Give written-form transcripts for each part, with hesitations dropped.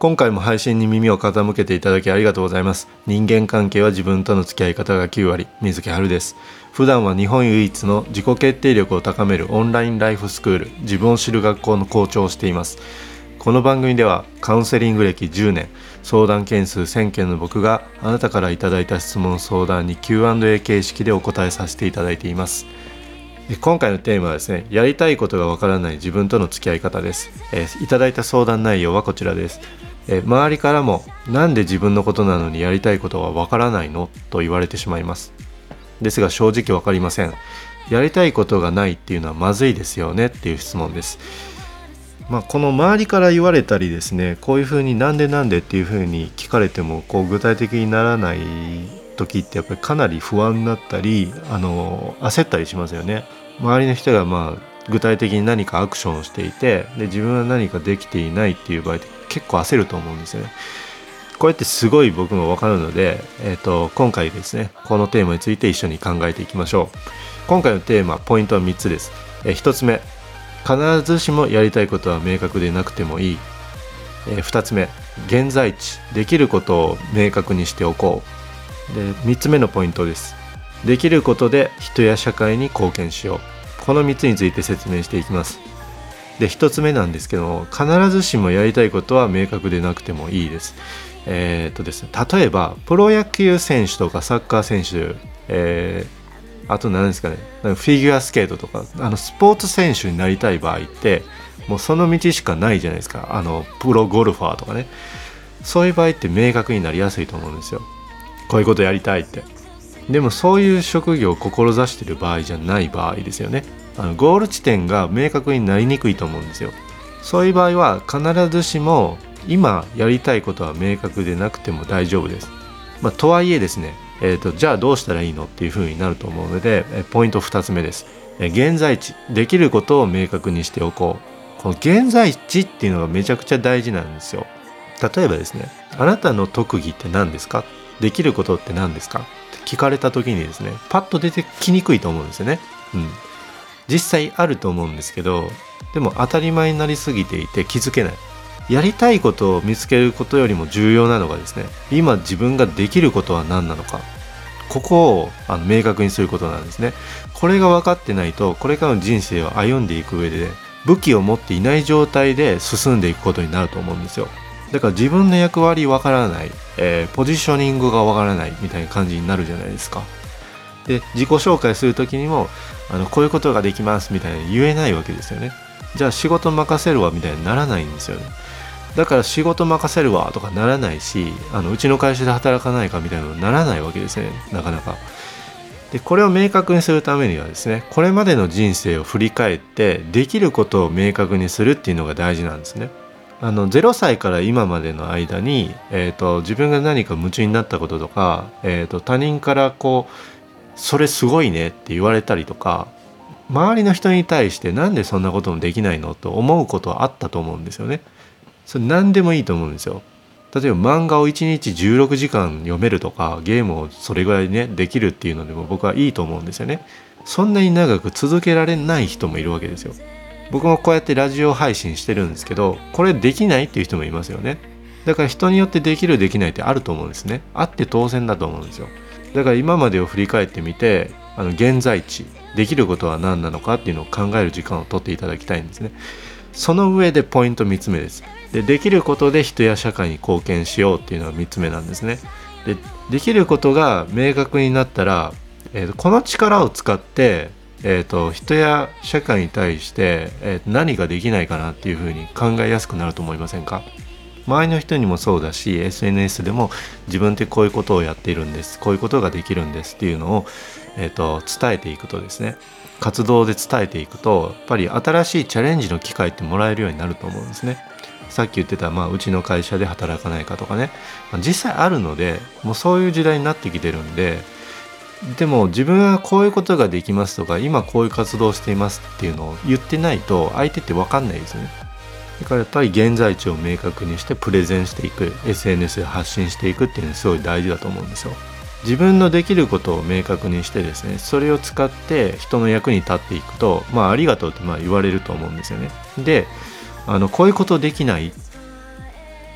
今回も配信に耳を傾けていただきありがとうございます。人間関係は自分との付き合い方が9割、水木春です。普段は日本唯一の自己決定力を高めるオンラインライフスクール、自分を知る学校の校長をしています。この番組ではカウンセリング歴10年、相談件数1000件の僕があなたからいただいた質問相談に Q&A 形式でお答えさせていただいています。今回のテーマはですね、やりたいことがわからない自分との付き合い方です。いただいた相談内容はこちらです。周りからもなんで自分のことなのにやりたいことはわからないのと言われてしまいます。ですが正直わかりません。やりたいことがないっていうのはまずいですよねっていう質問です。この周りから言われたりですね、こういうふうになんでっていうふうに聞かれても具体的にならない時ってやっぱりかなり不安になったり焦ったりしますよね。周りの人が具体的に何かアクションをしていて、で自分は何かできていないっていう場合って結構焦ると思うんですよね。これってすごい僕も分かるので、今回ですね、このテーマについて一緒に考えていきましょう。今回のテーマ、ポイントは3つです。1つ目、必ずしもやりたいことは明確でなくてもいい。2つ目、現在地、できることを明確にしておこう。で、3つ目のポイントです。できることで人や社会に貢献しよう。この3つについて説明していきます。で、1つ目なんですけども、必ずしもやりたいことは明確でなくてもいいです。ですね、例えばプロ野球選手とかサッカー選手、あと何ですかね、フィギュアスケートとかスポーツ選手になりたい場合ってもうその道しかないじゃないですか。プロゴルファーとかね、そういう場合って明確になりやすいと思うんですよ。こういうことやりたいって。でもそういう職業を志している場合じゃない場合ですよね。ゴール地点が明確になりにくいと思うんですよ。そういう場合は必ずしも今やりたいことは明確でなくても大丈夫です。とはいえですね、じゃあどうしたらいいのっていうふうになると思うので、ポイント2つ目です。現在地、できることを明確にしておこう。この現在地っていうのがめちゃくちゃ大事なんですよ。例えばですね、あなたの特技って何ですか？できることって何ですか？って聞かれた時にですね、パッと出てきにくいと思うんですよね。実際あると思うんですけど、でも当たり前になりすぎていて気づけない。やりたいことを見つけることよりも重要なのがですね、今自分ができることは何なのか、ここを明確にすることなんですね。これが分かってないと、これからの人生を歩んでいく上で武器を持っていない状態で進んでいくことになると思うんですよ。だから自分の役割分からない、ポジショニングが分からないみたいな感じになるじゃないですか。で、自己紹介する時にもこういうことができますみたいな言えないわけですよね。じゃあ仕事任せるわみたいにならないんですよね。だから仕事任せるわとかならないし、うちの会社で働かないかみたいなのにならないわけですね、なかなか。で、これを明確にするためにはですね、これまでの人生を振り返ってできることを明確にするっていうのが大事なんですね。0歳から今までの間に、自分が何か夢中になったこととか、他人からそれすごいねって言われたりとか、周りの人に対してなんでそんなこともできないのと思うことはあったと思うんですよね。それ何でもいいと思うんですよ。例えば漫画を1日16時間読めるとか、ゲームをそれぐらいねできるっていうのでも僕はいいと思うんですよね。そんなに長く続けられない人もいるわけですよ。僕もこうやってラジオ配信してるんですけど、これできないっていう人もいますよね。だから人によってできるできないってあると思うんですね。あって当然だと思うんですよ。だから今までを振り返ってみて、現在地、できることは何なのかっていうのを考える時間を取っていただきたいんですね。その上でポイント3つ目です。できることで人や社会に貢献しようっていうのは3つ目なんですね。できることが明確になったら、この力を使って、人や社会に対して、何ができないかなっていうふうに考えやすくなると思いませんか？周りの人にもそうだし、 SNS でも自分ってこういうことをやっているんです、こういうことができるんですっていうのを、伝えていくとですね、活動で伝えていくと、やっぱり新しいチャレンジの機会ってもらえるようになると思うんですね。さっき言ってた、うちの会社で働かないかとかね、実際あるので、もうそういう時代になってきてるんで、でも自分はこういうことができますとか、今こういう活動をしていますっていうのを言ってないと相手って分かんないですよね。だからやっぱり現在地を明確にしてプレゼンしていく、 SNS で発信していくっていうのはすごい大事だと思うんですよ。自分のできることを明確にしてですね、それを使って人の役に立っていくと、ありがとうって言われると思うんですよね。で、こういうことできないっ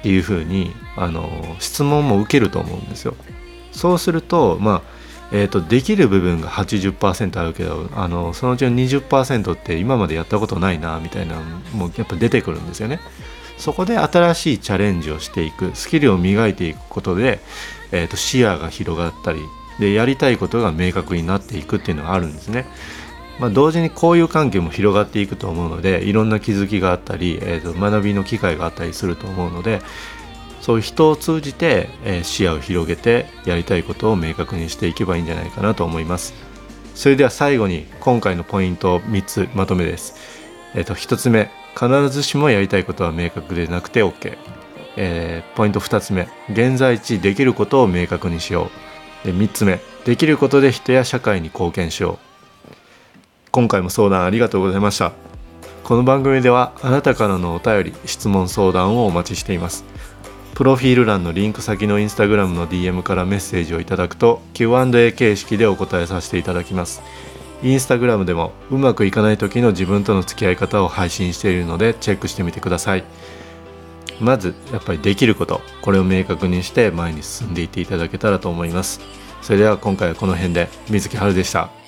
っていうふうに質問も受けると思うんですよ。そうするとできる部分が 80% あるけどそのうちの 20% って今までやったことないなみたいなのもやっぱ出てくるんですよね。そこで新しいチャレンジをしていく、スキルを磨いていくことで、視野が広がったりで、やりたいことが明確になっていくっていうのがあるんですね。同時に交友関係も広がっていくと思うので、いろんな気づきがあったり、学びの機会があったりすると思うので、そういう人を通じて、視野を広げてやりたいことを明確にしていけばいいんじゃないかなと思います。それでは最後に今回のポイント3つまとめです。1つ目、必ずしもやりたいことは明確でなくて OK。ポイント2つ目、現在地できることを明確にしよう。で3つ目、できることで人や社会に貢献しよう。今回も相談ありがとうございました。この番組ではあなたからのお便り、質問相談をお待ちしています。プロフィール欄のリンク先のインスタグラムの DM からメッセージをいただくと Q&A 形式でお答えさせていただきます。インスタグラムでもうまくいかない時の自分との付き合い方を配信しているのでチェックしてみてください。まずやっぱりできること、これを明確にして前に進んでいっていただけたらと思います。それでは今回はこの辺で。水木春でした。